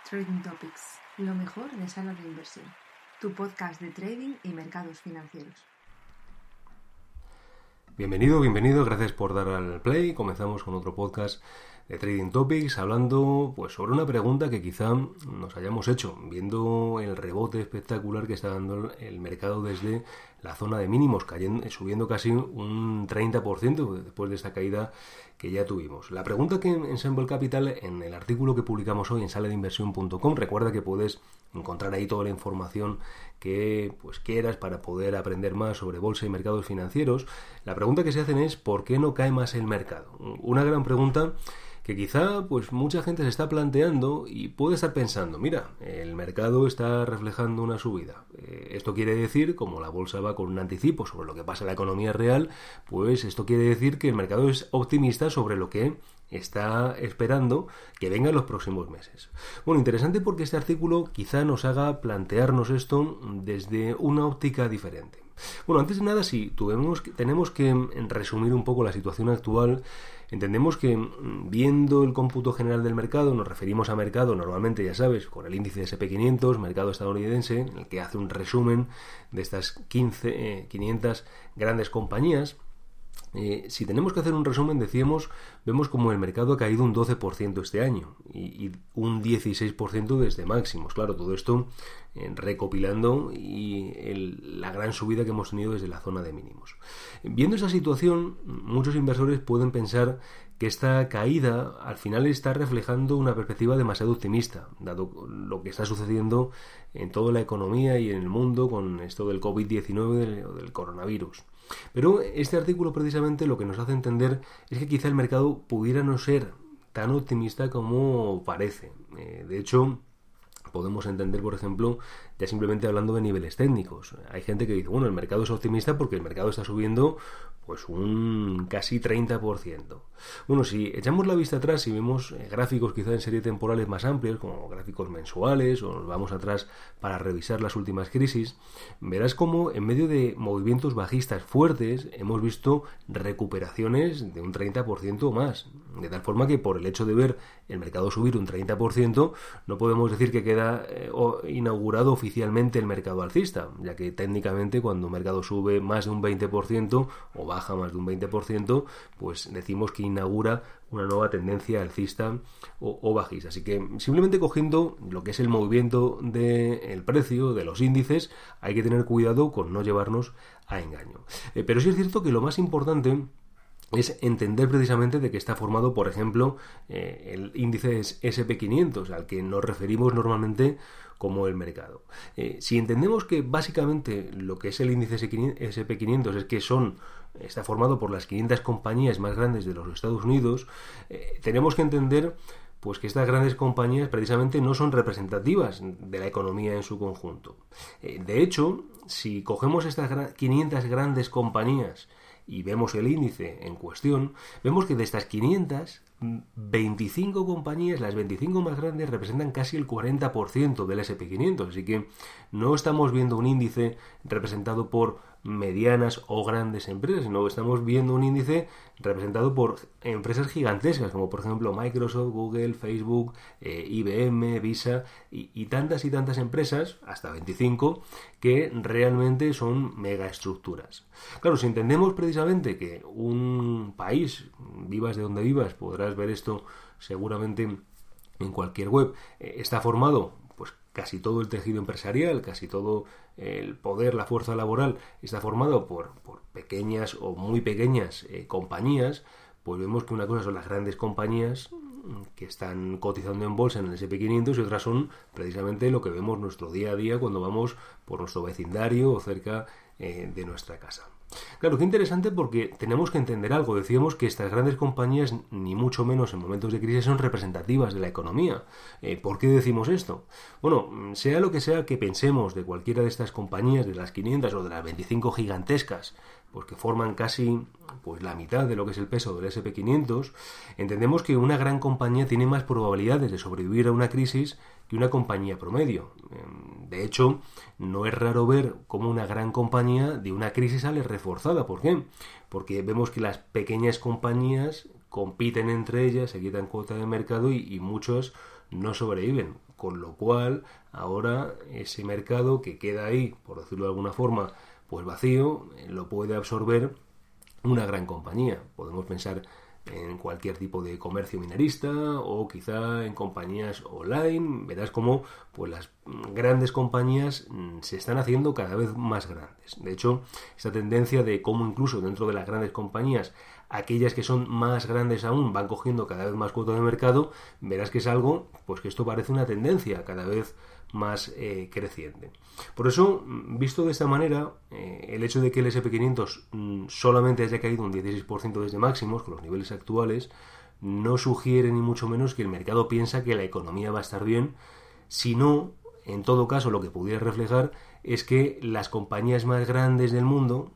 Trading Topics, lo mejor de sala de inversión, tu podcast de trading y mercados financieros. Bienvenido, gracias por dar al play. Comenzamos con otro podcast de Trading Topics hablando sobre una pregunta que quizá nos hayamos hecho viendo el rebote espectacular que está dando el mercado desde la zona de mínimos, subiendo casi un 30% después de esta caída que ya tuvimos. La pregunta que en Ensemble Capital, en el artículo que publicamos hoy en saladeinversión.com, recuerda que puedes encontrar ahí toda la información que quieras para poder aprender más sobre bolsa y mercados financieros. La pregunta que se hacen es ¿por qué no cae más el mercado? Una gran pregunta que quizá mucha gente se está planteando y puede estar pensando, mira, el mercado está reflejando una subida. Esto quiere decir, como la bolsa va con un anticipo sobre lo que pasa en la economía real, pues esto quiere decir que el mercado es optimista sobre lo que está esperando que venga en los próximos meses. Bueno, interesante porque este artículo quizá nos haga plantearnos esto desde una óptica diferente. Bueno, antes de nada, si tenemos que resumir un poco la situación actual. Entendemos que viendo el cómputo general del mercado, nos referimos a mercado normalmente, ya sabes, con el índice S&P 500, mercado estadounidense, en el que hace un resumen de estas 500 grandes compañías. Si tenemos que hacer un resumen, vemos como el mercado ha caído un 12% este año y un 16% desde máximos. Claro, todo esto recopilando la gran subida que hemos tenido desde la zona de mínimos. Viendo esa situación, muchos inversores pueden pensar que esta caída al final está reflejando una perspectiva demasiado optimista, dado lo que está sucediendo en toda la economía y en el mundo con esto del COVID-19 o del coronavirus. Pero este artículo precisamente lo que nos hace entender es que quizá el mercado pudiera no ser tan optimista como parece. De hecho, podemos entender, por ejemplo, ya simplemente hablando de niveles técnicos. Hay gente que dice, bueno, el mercado es optimista porque el mercado está subiendo un casi 30%. Bueno, si echamos la vista atrás y vemos gráficos quizá en series temporales más amplias, como gráficos mensuales, o nos vamos atrás para revisar las últimas crisis, verás cómo en medio de movimientos bajistas fuertes hemos visto recuperaciones de un 30% o más. De tal forma que por el hecho de ver el mercado subir un 30%, no podemos decir que queda inaugurado oficialmente el mercado alcista, ya que técnicamente cuando un mercado sube más de un 20% o baja más de un 20%, pues decimos que inaugura una nueva tendencia alcista o bajista. Así que simplemente cogiendo lo que es el movimiento del precio de los índices, hay que tener cuidado con no llevarnos a engaño. Pero sí es cierto que lo más importante es entender precisamente de que está formado, por ejemplo, el índice S&P 500, al que nos referimos normalmente como el mercado. Si entendemos que básicamente lo que es el índice S&P 500 es que está formado por las 500 compañías más grandes de los Estados Unidos, tenemos que entender que estas grandes compañías precisamente no son representativas de la economía en su conjunto. De hecho, si cogemos estas 500 grandes compañías y vemos el índice en cuestión, vemos que de estas 500, 25 compañías, las 25 más grandes, representan casi el 40% del S&P 500. Así que no estamos viendo un índice representado por medianas o grandes empresas, sino estamos viendo un índice representado por empresas gigantescas, como por ejemplo Microsoft, Google, Facebook, IBM, Visa y tantas empresas, hasta 25, que realmente son megaestructuras. Claro, si entendemos precisamente que un país, vivas de donde vivas, podrás ver esto seguramente en cualquier web, está formado casi todo el tejido empresarial, casi todo el poder, la fuerza laboral está formado por pequeñas o muy pequeñas compañías, pues vemos que una cosa son las grandes compañías que están cotizando en bolsa en el S&P 500 y otras son precisamente lo que vemos nuestro día a día cuando vamos por nuestro vecindario o cerca de nuestra casa. Claro, qué interesante porque tenemos que entender algo. Decíamos que estas grandes compañías, ni mucho menos en momentos de crisis, son representativas de la economía. ¿Por qué decimos esto? Bueno, sea lo que sea que pensemos de cualquiera de estas compañías, de las 500 o de las 25 gigantescas, que forman casi la mitad de lo que es el peso del S&P 500, entendemos que una gran compañía tiene más probabilidades de sobrevivir a una crisis que una compañía promedio. De hecho, no es raro ver cómo una gran compañía de una crisis sale reforzada. ¿Por qué? Porque vemos que las pequeñas compañías compiten entre ellas, se quitan cuota de mercado y muchos no sobreviven, con lo cual ahora ese mercado que queda ahí, por decirlo de alguna forma, pues vacío, lo puede absorber una gran compañía. Podemos pensar en cualquier tipo de comercio minorista o quizá en compañías online. Verás cómo pues las grandes compañías se están haciendo cada vez más grandes. De hecho, esta tendencia de cómo incluso dentro de las grandes compañías aquellas que son más grandes aún van cogiendo cada vez más cuota de mercado, verás que es algo pues que esto parece una tendencia cada vez más creciente. Por eso, visto de esta manera, el hecho de que el S&P500 solamente haya caído un 16% desde máximos, con los niveles actuales, no sugiere ni mucho menos que el mercado piensa que la economía va a estar bien, sino, en todo caso, lo que pudiera reflejar es que las compañías más grandes del mundo,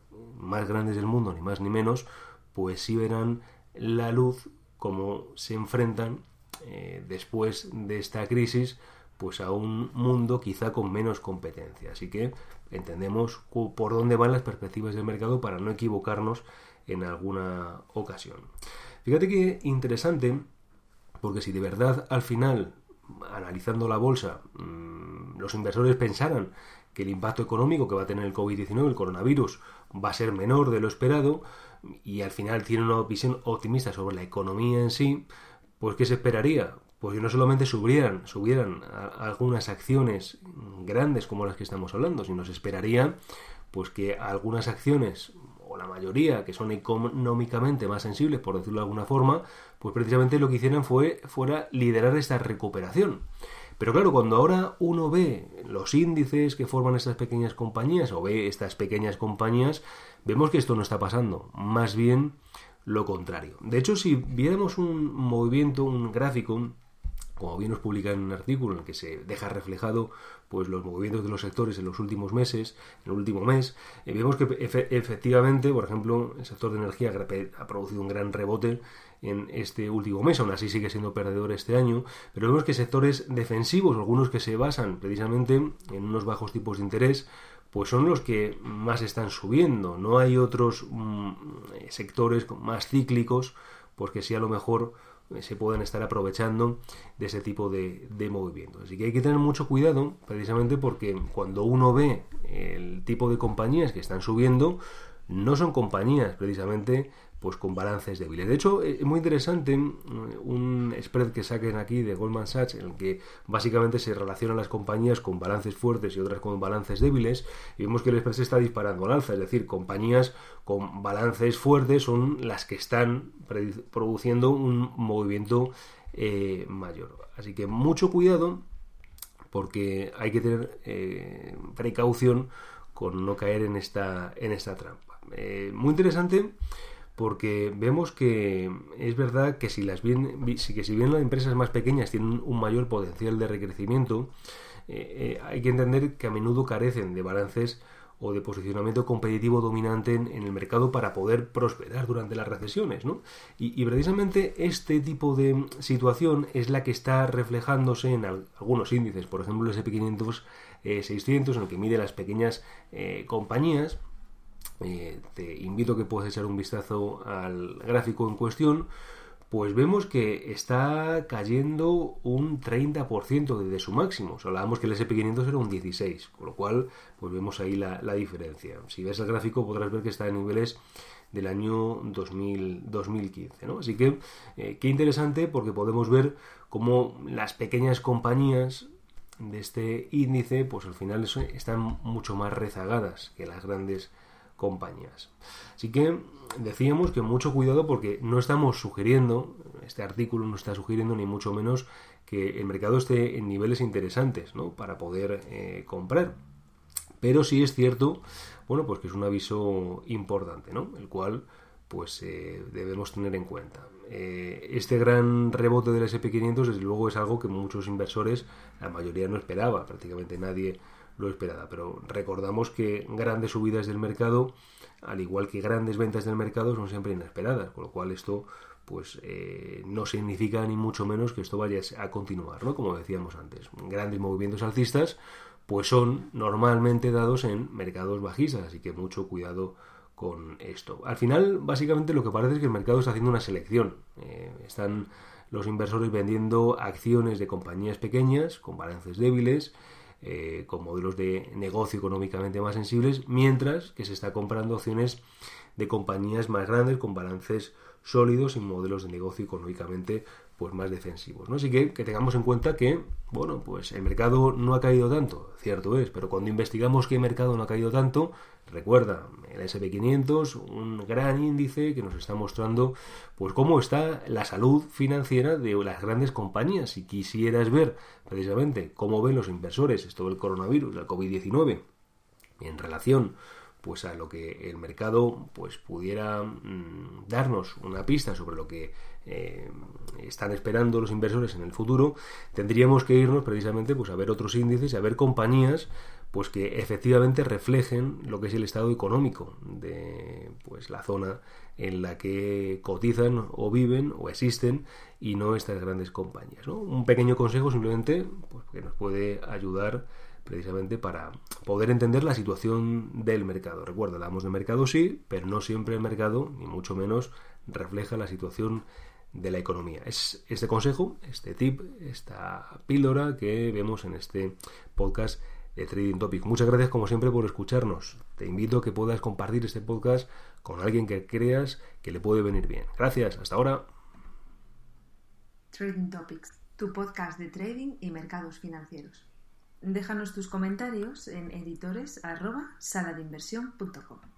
ni más ni menos, pues sí verán la luz como se enfrentan después de esta crisis pues a un mundo quizá con menos competencia. Así que entendemos por dónde van las perspectivas del mercado para no equivocarnos en alguna ocasión. Fíjate que interesante, porque si de verdad al final, analizando la bolsa, los inversores pensaran que el impacto económico que va a tener el COVID-19, el coronavirus, va a ser menor de lo esperado y al final tienen una visión optimista sobre la economía en sí, pues ¿qué se esperaría? Pues que no solamente subieran algunas acciones grandes como las que estamos hablando, sino se esperaría pues que algunas acciones, o la mayoría, que son económicamente más sensibles, por decirlo de alguna forma, pues precisamente lo que hicieran fuera liderar esta recuperación. Pero claro, cuando ahora uno ve los índices que forman estas pequeñas compañías, o ve estas pequeñas compañías, vemos que esto no está pasando, más bien lo contrario. De hecho, si viéramos un movimiento, un gráfico, como bien nos publica en un artículo en el que se deja reflejado pues los movimientos de los sectores en los últimos meses, en el último mes, vemos que efectivamente, por ejemplo, el sector de energía ha producido un gran rebote en este último mes, aún así sigue siendo perdedor este año, pero vemos que sectores defensivos, algunos que se basan precisamente en unos bajos tipos de interés, pues son los que más están subiendo. No hay otros sectores más cíclicos, pues que sí a lo mejor se pueden estar aprovechando de ese tipo de movimientos. Así que hay que tener mucho cuidado, precisamente porque cuando uno ve el tipo de compañías que están subiendo, no son compañías precisamente pues con balances débiles. De hecho, es muy interesante un spread que saquen aquí de Goldman Sachs, en el que básicamente se relacionan las compañías con balances fuertes y otras con balances débiles, y vemos que el spread se está disparando al alza, es decir, compañías con balances fuertes son las que están produciendo un movimiento mayor. Así que mucho cuidado, porque hay que tener precaución con no caer en esta trampa. Muy interesante, porque vemos que es verdad que si bien las empresas más pequeñas tienen un mayor potencial de recrecimiento, hay que entender que a menudo carecen de balances o de posicionamiento competitivo dominante en el mercado para poder prosperar durante las recesiones, ¿no? Y precisamente este tipo de situación es la que está reflejándose en algunos índices, por ejemplo el S&P 600, en el que mide las pequeñas compañías. Te invito a que puedas echar un vistazo al gráfico en cuestión, pues vemos que está cayendo un 30% desde su máximo. Hablábamos que el S&P 500 era un 16%, con lo cual pues vemos ahí la diferencia. Si ves el gráfico podrás ver que está en niveles del año 2015, ¿no? Así que qué interesante, porque podemos ver cómo las pequeñas compañías de este índice pues al final están mucho más rezagadas que las grandes compañías. Así que decíamos que mucho cuidado, porque no estamos sugiriendo, este artículo no está sugiriendo ni mucho menos que el mercado esté en niveles interesantes, ¿no?, para poder comprar. Pero sí es cierto, bueno, pues que es un aviso importante, ¿no?, el cual pues debemos tener en cuenta. Este gran rebote del S&P 500 desde luego es algo que muchos inversores, la mayoría no esperaba, prácticamente nadie lo esperaba, pero recordamos que grandes subidas del mercado, al igual que grandes ventas del mercado, son siempre inesperadas, con lo cual esto pues no significa ni mucho menos que esto vaya a continuar, ¿no? Como decíamos antes, grandes movimientos alcistas pues son normalmente dados en mercados bajistas, así que mucho cuidado con esto. Al final, básicamente lo que parece es que el mercado está haciendo una selección, están los inversores vendiendo acciones de compañías pequeñas con balances débiles, con modelos de negocio económicamente más sensibles, mientras que se está comprando acciones de compañías más grandes con balances sólidos y modelos de negocio económicamente pues más defensivos, ¿no? Así que tengamos en cuenta que, bueno, pues el mercado no ha caído tanto, cierto es, pero cuando investigamos que el mercado no ha caído tanto, recuerda, el S&P 500, un gran índice que nos está mostrando pues cómo está la salud financiera de las grandes compañías. Si quisieras ver precisamente cómo ven los inversores esto del coronavirus, del COVID-19, en relación pues a lo que el mercado pues pudiera darnos una pista sobre lo que están esperando los inversores en el futuro, tendríamos que irnos precisamente pues a ver otros índices y a ver compañías pues que efectivamente reflejen lo que es el estado económico de pues la zona en la que cotizan o viven o existen y no estas grandes compañías, ¿no? Un pequeño consejo simplemente pues, que nos puede ayudar precisamente para poder entender la situación del mercado. Recuerda, hablamos de mercado sí, pero no siempre el mercado, ni mucho menos, refleja la situación de la economía. Es este consejo, este tip, esta píldora que vemos en este podcast de Trading Topics. Muchas gracias como siempre por escucharnos. Te invito a que puedas compartir este podcast con alguien que creas que le puede venir bien. Gracias, hasta ahora. Trading Topics, tu podcast de trading y mercados financieros. Déjanos tus comentarios en editores@saladeinversión.com.